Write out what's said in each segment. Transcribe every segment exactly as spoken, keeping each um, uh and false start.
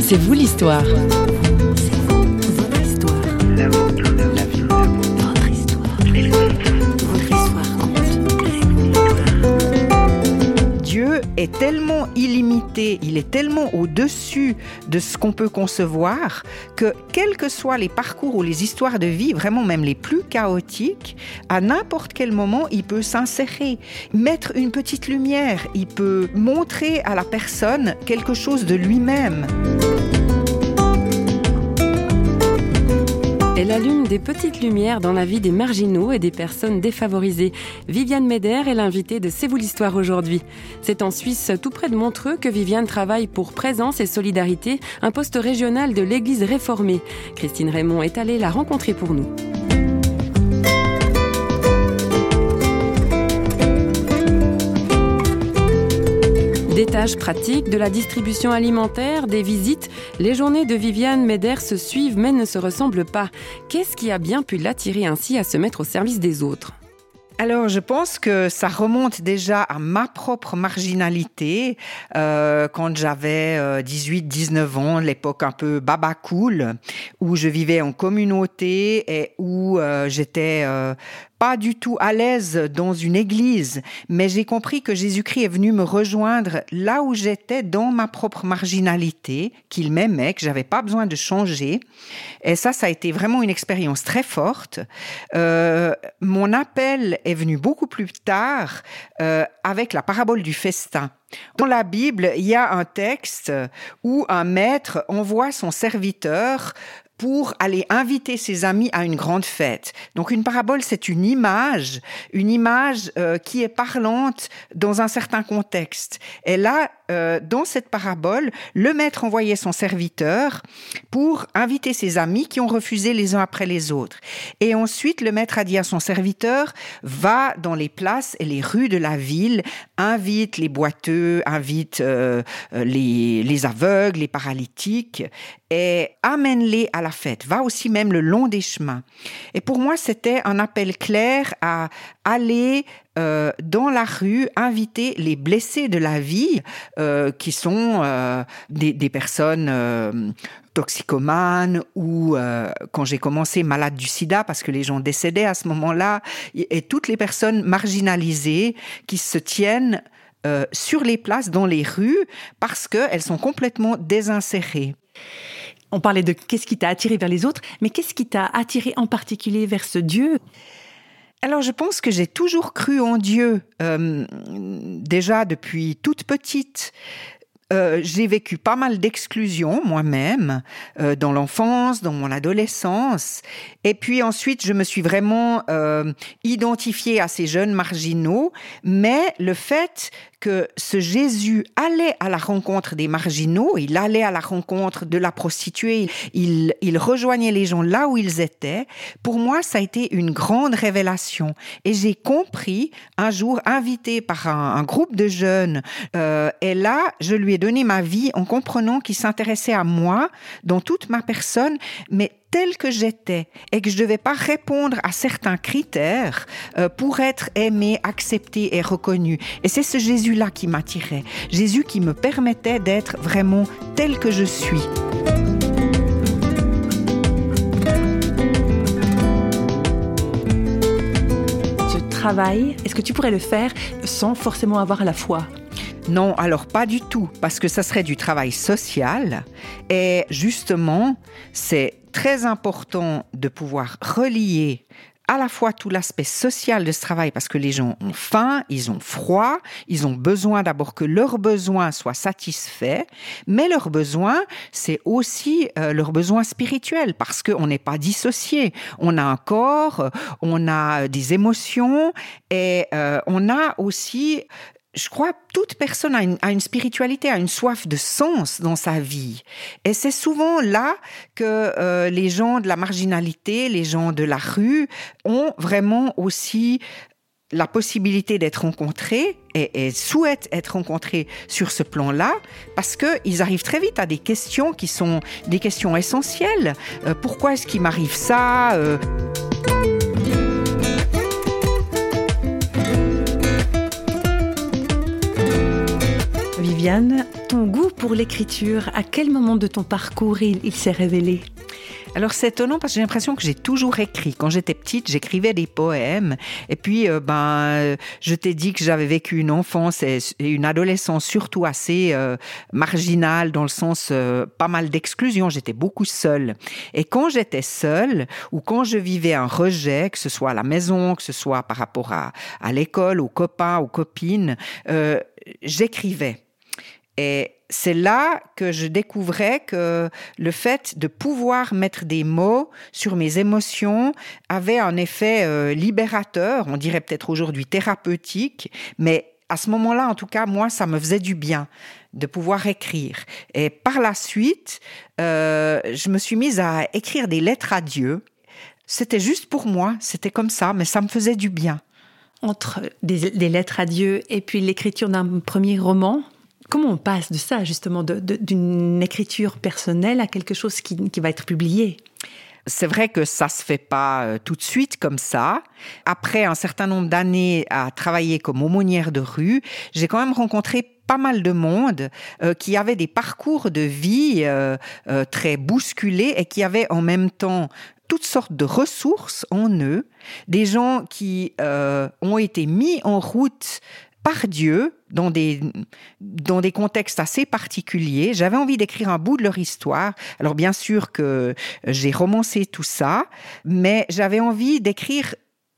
C'est vous l'histoire. C'est vous, votre histoire. La vôtre, la vie, votre histoire. Votre histoire compte. Dieu est tellement illimité, il est tellement au-dessus de ce qu'on peut concevoir que quels que soient les parcours ou les histoires de vie, vraiment même les plus chaotiques, à n'importe quel moment, il peut s'insérer, mettre une petite lumière, il peut montrer à la personne quelque chose de lui-même. Elle allume des petites lumières dans la vie des marginaux et des personnes défavorisées. Viviane Meder est l'invitée de C'est vous l'histoire aujourd'hui. C'est en Suisse, tout près de Montreux, que Viviane travaille pour Présence et Solidarité, un poste régional de l'Église réformée. Christine Raymond est allée la rencontrer pour nous. Des tâches pratiques, de la distribution alimentaire, des visites, les journées de Viviane Meder se suivent mais ne se ressemblent pas. Qu'est-ce qui a bien pu l'attirer ainsi à se mettre au service des autres ? Alors, je pense que ça remonte déjà à ma propre marginalité, euh, quand j'avais euh, dix-huit dix-neuf ans, l'époque un peu baba cool, où je vivais en communauté et où euh, j'étais euh, pas du tout à l'aise dans une église, mais j'ai compris que Jésus-Christ est venu me rejoindre là où j'étais dans ma propre marginalité, qu'il m'aimait, que j'avais pas besoin de changer. Et ça, ça a été vraiment une expérience très forte. Euh, mon appel est venu beaucoup plus tard euh, avec la parabole du festin. Dans la Bible, il y a un texte où un maître envoie son serviteur pour aller inviter ses amis à une grande fête. Donc une parabole, c'est une image, une image euh, qui est parlante dans un certain contexte. Et là, euh, dans cette parabole, le maître envoyait son serviteur pour inviter ses amis qui ont refusé les uns après les autres. Et ensuite, le maître a dit à son serviteur, va dans les places et les rues de la ville, invite les boiteux, invite euh, les, les aveugles, les paralytiques, et amène-les à la fête. Va aussi même le long des chemins. Et pour moi, c'était un appel clair à aller euh, dans la rue, inviter les blessés de la vie, euh, qui sont euh, des, des personnes euh, toxicomanes ou, euh, quand j'ai commencé, malades du sida, parce que les gens décédaient à ce moment-là, et, et toutes les personnes marginalisées qui se tiennent euh, sur les places, dans les rues, parce qu'elles sont complètement désinsérées. On parlait de qu'est-ce qui t'a attiré vers les autres, mais qu'est-ce qui t'a attiré en particulier vers ce Dieu ? Alors, je pense que j'ai toujours cru en Dieu, euh, déjà depuis toute petite. Euh, j'ai vécu pas mal d'exclusion moi-même, euh, dans l'enfance, dans mon adolescence. Et puis ensuite, je me suis vraiment euh, identifiée à ces jeunes marginaux. Mais le fait que ce Jésus allait à la rencontre des marginaux, il allait à la rencontre de la prostituée, il, il rejoignait les gens là où ils étaient, pour moi, ça a été une grande révélation. Et j'ai compris, un jour, invité par un, un groupe de jeunes, euh, et là, je lui ai donné ma vie en comprenant qu'il s'intéressait à moi, dans toute ma personne, mais telle que j'étais, et que je ne devais pas répondre à certains critères euh, pour être aimé, accepté et reconnu. Et c'est ce Jésus-là qui m'attirait. Jésus qui me permettait d'être vraiment tel que je suis. Ce travail, est-ce que tu pourrais le faire sans forcément avoir la foi ? Non, alors pas du tout, parce que ça serait du travail social. Et justement, c'est très important de pouvoir relier à la fois tout l'aspect social de ce travail, parce que les gens ont faim, ils ont froid, ils ont besoin d'abord que leurs besoins soient satisfaits, mais leurs besoins, c'est aussi euh, leurs besoins spirituels, parce qu'on n'est pas dissociés. On a un corps, on a des émotions, et euh, on a aussi... Je crois que toute personne a une, a une spiritualité, a une soif de sens dans sa vie. Et c'est souvent là que euh, les gens de la marginalité, les gens de la rue, ont vraiment aussi la possibilité d'être rencontrés et, et souhaitent être rencontrés sur ce plan-là, parce qu'ils arrivent très vite à des questions qui sont des questions essentielles. Euh, pourquoi est-ce qu'il m'arrive ça euh Viviane, ton goût pour l'écriture, à quel moment de ton parcours il, il s'est révélé ? Alors c'est étonnant parce que j'ai l'impression que j'ai toujours écrit. Quand j'étais petite, j'écrivais des poèmes. Et puis, euh, ben, je t'ai dit que j'avais vécu une enfance et, et une adolescence surtout assez euh, marginale, dans le sens euh, pas mal d'exclusion. J'étais beaucoup seule. Et quand j'étais seule, ou quand je vivais un rejet, que ce soit à la maison, que ce soit par rapport à, à l'école, aux copains, aux copines, euh, j'écrivais. Et c'est là que je découvrais que le fait de pouvoir mettre des mots sur mes émotions avait un effet euh, libérateur, on dirait peut-être aujourd'hui thérapeutique, mais à ce moment-là, en tout cas, moi, ça me faisait du bien de pouvoir écrire. Et par la suite, euh, je me suis mise à écrire des lettres à Dieu. C'était juste pour moi, c'était comme ça, mais ça me faisait du bien. Entre des, des lettres à Dieu et puis l'écriture d'un premier roman, comment on passe de ça, justement, de, de, d'une écriture personnelle à quelque chose qui, qui va être publié ? C'est vrai que ça se fait pas euh, tout de suite comme ça. Après un certain nombre d'années à travailler comme aumônière de rue, j'ai quand même rencontré pas mal de monde euh, qui avait des parcours de vie euh, euh, très bousculés et qui avaient en même temps toutes sortes de ressources en eux, des gens qui euh, ont été mis en route par Dieu, dans des, dans des contextes assez particuliers. J'avais envie d'écrire un bout de leur histoire. Alors bien sûr que j'ai romancé tout ça, mais j'avais envie d'écrire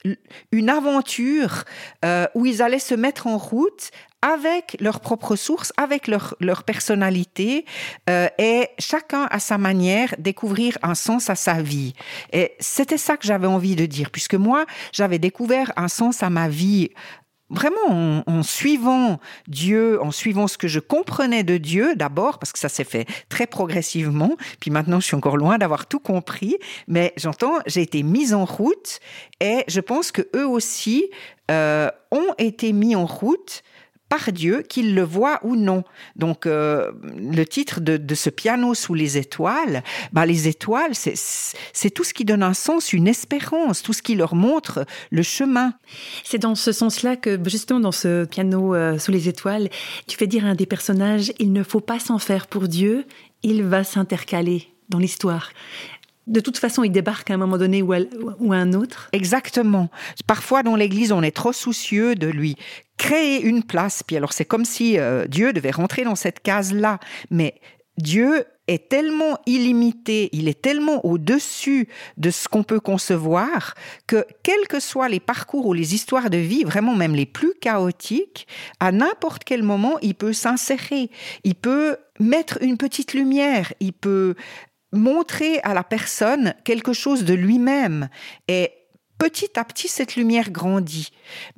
une aventure euh, où ils allaient se mettre en route avec leurs propres sources, avec leur, leur personnalité, euh, et chacun à sa manière découvrir un sens à sa vie. Et c'était ça que j'avais envie de dire, puisque moi, j'avais découvert un sens à ma vie vraiment en, en suivant Dieu, en suivant ce que je comprenais de Dieu d'abord, parce que ça s'est fait très progressivement, puis maintenant je suis encore loin d'avoir tout compris, mais j'entends, j'ai été mise en route et je pense que eux aussi euh, ont été mis en route par Dieu, qu'ils le voient ou non. Donc, euh, le titre de, de ce piano sous les étoiles, bah, les étoiles, c'est, c'est tout ce qui donne un sens, une espérance, tout ce qui leur montre le chemin. C'est dans ce sens-là que, justement, dans ce piano euh, sous les étoiles, tu fais dire à un des personnages, il ne faut pas s'en faire pour Dieu, il va s'intercaler dans l'histoire. De toute façon, il débarque à un moment donné ou à, ou à un autre. Exactement. Parfois, dans l'Église, on est trop soucieux de lui créer une place. Puis alors, c'est comme si euh, Dieu devait rentrer dans cette case-là. Mais Dieu est tellement illimité, il est tellement au-dessus de ce qu'on peut concevoir que, quels que soient les parcours ou les histoires de vie, vraiment même les plus chaotiques, à n'importe quel moment, il peut s'insérer. Il peut mettre une petite lumière. Il peut montrer à la personne quelque chose de lui-même. Et petit à petit, cette lumière grandit.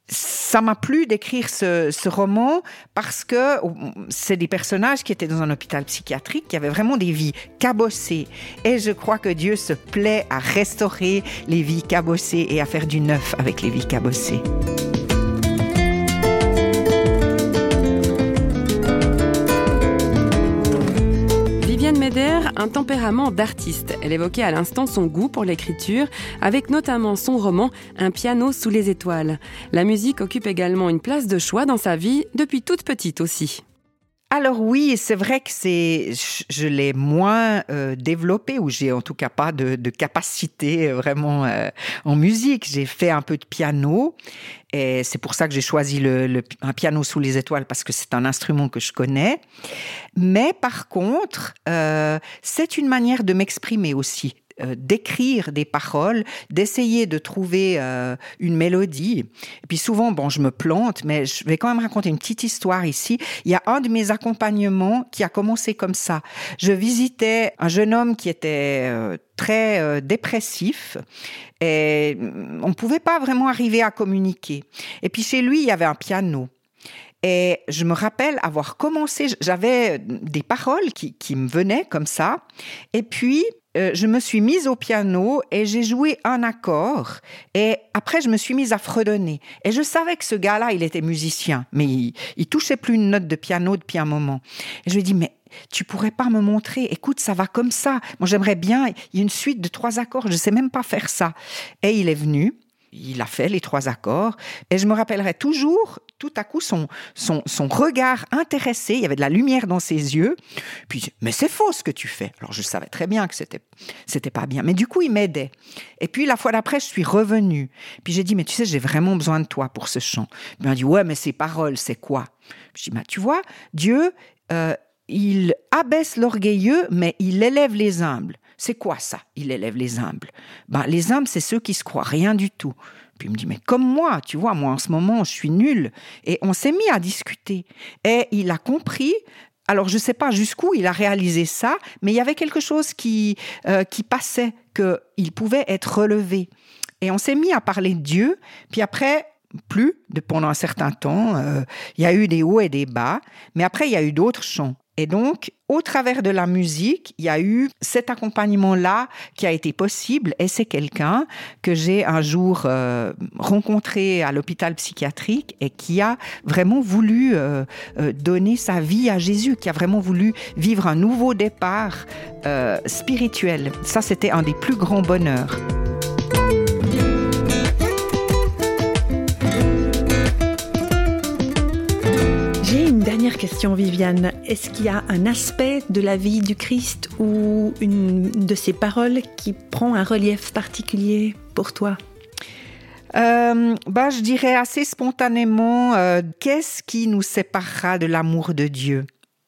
Ça m'a plu d'écrire ce, ce roman parce que c'est des personnages qui étaient dans un hôpital psychiatrique, qui avaient vraiment des vies cabossées. Et je crois que Dieu se plaît à restaurer les vies cabossées et à faire du neuf avec les vies cabossées. Viviane Meder, un tempérament d'artiste. Elle évoquait à l'instant son goût pour l'écriture, avec notamment son roman « Un piano sous les étoiles ». La musique occupe également une place de choix dans sa vie, depuis toute petite aussi. Alors oui, c'est vrai que c'est, je, je l'ai moins euh, développé, ou j'ai en tout cas pas de, de capacité vraiment euh, en musique. J'ai fait un peu de piano et c'est pour ça que j'ai choisi le, le, un piano sous les étoiles, parce que c'est un instrument que je connais. Mais par contre, euh, c'est une manière de m'exprimer aussi. Euh, d'écrire des paroles, d'essayer de trouver euh, une mélodie. Et puis souvent, bon, je me plante, mais je vais quand même raconter une petite histoire ici. Il y a un de mes accompagnements qui a commencé comme ça. Je visitais un jeune homme qui était euh, très euh, dépressif et on ne pouvait pas vraiment arriver à communiquer. Et puis chez lui, il y avait un piano. Et je me rappelle avoir commencé, j'avais des paroles qui, qui me venaient comme ça. Et puis, euh, je me suis mise au piano et j'ai joué un accord. Et après, je me suis mise à fredonner. Et je savais que ce gars-là, il était musicien, mais il, il touchait plus une note de piano depuis un moment. Et je lui ai dit, mais tu pourrais pas me montrer? Écoute, ça va comme ça. Moi, j'aimerais bien, il y a une suite de trois accords, je sais même pas faire ça. Et il est venu. Il a fait les trois accords et je me rappellerai toujours tout à coup, son, son, son regard intéressé, il y avait de la lumière dans ses yeux. Puis, mais c'est faux ce que tu fais. Alors, je savais très bien que c'était, c'était pas bien. Mais du coup, il m'aidait. Et puis, la fois d'après, je suis revenue. Puis, j'ai dit, mais tu sais, j'ai vraiment besoin de toi pour ce chant. Puis, il m'a dit, ouais, mais ces paroles, c'est quoi? Puis, je dis, bah, tu vois, Dieu, euh, il abaisse l'orgueilleux, mais il élève les humbles. C'est quoi ça? Il élève les humbles. Ben, les humbles, c'est ceux qui se croient rien du tout. Puis il me dit, mais comme moi, tu vois, moi en ce moment, je suis nulle. Et on s'est mis à discuter. Et il a compris, alors je ne sais pas jusqu'où il a réalisé ça, mais il y avait quelque chose qui, euh, qui passait, qu'il pouvait être relevé. Et on s'est mis à parler de Dieu, puis après, plus, de, pendant un certain temps, euh, il y a eu des hauts et des bas, mais après, il y a eu d'autres chants. Et donc, au travers de la musique, il y a eu cet accompagnement-là qui a été possible. Et c'est quelqu'un que j'ai un jour euh, rencontré à l'hôpital psychiatrique et qui a vraiment voulu euh, euh, donner sa vie à Jésus, qui a vraiment voulu vivre un nouveau départ euh, spirituel. Ça, c'était un des plus grands bonheurs. Dernière question, Viviane. Est-ce qu'il y a un aspect de la vie du Christ ou une de ses paroles qui prend un relief particulier pour toi? Euh, bah, je dirais assez spontanément, euh, qu'est-ce qui nous séparera de l'amour de Dieu?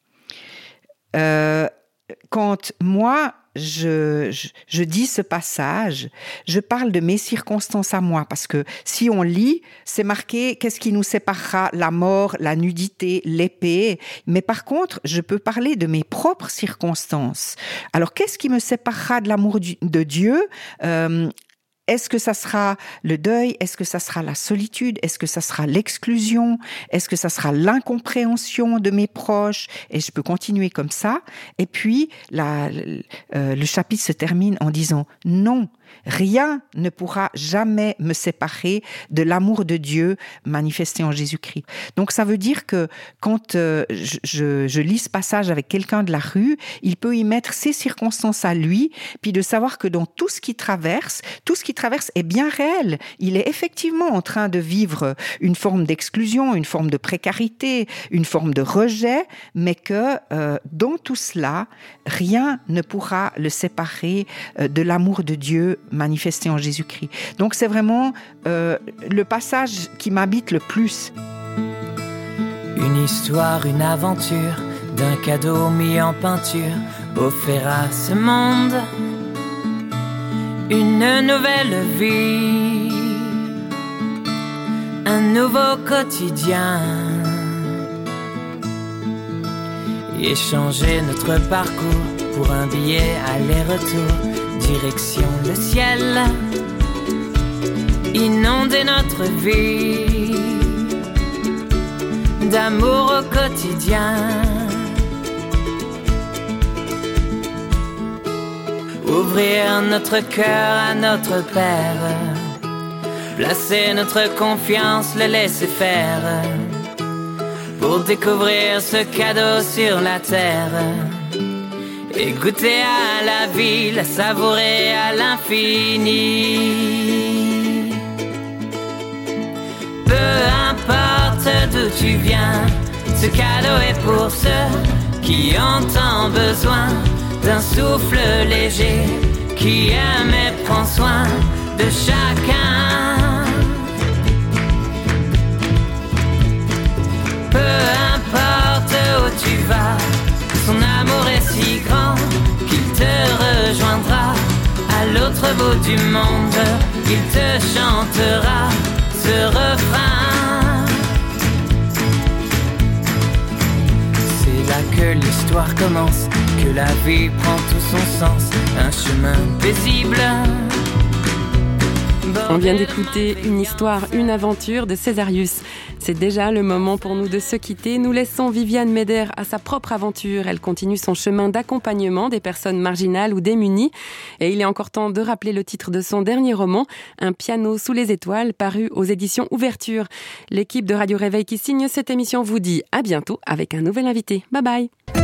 Euh, quand moi, Je, je, je dis ce passage, je parle de mes circonstances à moi, parce que si on lit, c'est marqué qu'est-ce qui nous séparera, la mort, la nudité, l'épée. Mais par contre, je peux parler de mes propres circonstances. Alors, qu'est-ce qui me séparera de l'amour de Dieu? euh, Est-ce que ça sera le deuil? Est-ce que ça sera la solitude? Est-ce que ça sera l'exclusion? Est-ce que ça sera l'incompréhension de mes proches? Et je peux continuer comme ça. Et puis, la, euh, le chapitre se termine en disant « Non, rien ne pourra jamais me séparer de l'amour de Dieu manifesté en Jésus-Christ. » Donc, ça veut dire que quand euh, je, je, je lis ce passage avec quelqu'un de la rue, il peut y mettre ses circonstances à lui, puis de savoir que dans tout ce qu'il traverse, tout ce qu'il traverse est bien réel. Il est effectivement en train de vivre une forme d'exclusion, une forme de précarité, une forme de rejet, mais que euh, dans tout cela, rien ne pourra le séparer euh, de l'amour de Dieu manifesté en Jésus-Christ. Donc c'est vraiment euh, le passage qui m'habite le plus. Une histoire, une aventure, d'un cadeau mis en peinture, offert à ce monde. Une nouvelle vie, un nouveau quotidien. Échanger notre parcours pour un billet aller-retour, direction le ciel. Inonder notre vie d'amour au quotidien. Ouvrir notre cœur à notre Père, placer notre confiance, le laisser faire, pour découvrir ce cadeau sur la terre et goûter à la vie, la savourer à l'infini. Peu importe d'où tu viens, ce cadeau est pour ceux qui ont tant besoin d'un souffle léger, qui aime et prend soin de chacun. Peu importe où tu vas, son amour est si grand qu'il te rejoindra à l'autre bout du monde. Il te chantera ce refrain. C'est là que l'histoire commence, que la vie prend tout son sens, un chemin paisible. On vient d'écouter Une histoire, une aventure de Césarius. C'est déjà le moment pour nous de se quitter. Nous laissons Viviane Meder à sa propre aventure. Elle continue son chemin d'accompagnement des personnes marginales ou démunies. Et il est encore temps de rappeler le titre de son dernier roman, Un piano sous les étoiles, paru aux éditions Ouverture. L'équipe de Radio Réveil qui signe cette émission vous dit à bientôt avec un nouvel invité. Bye bye.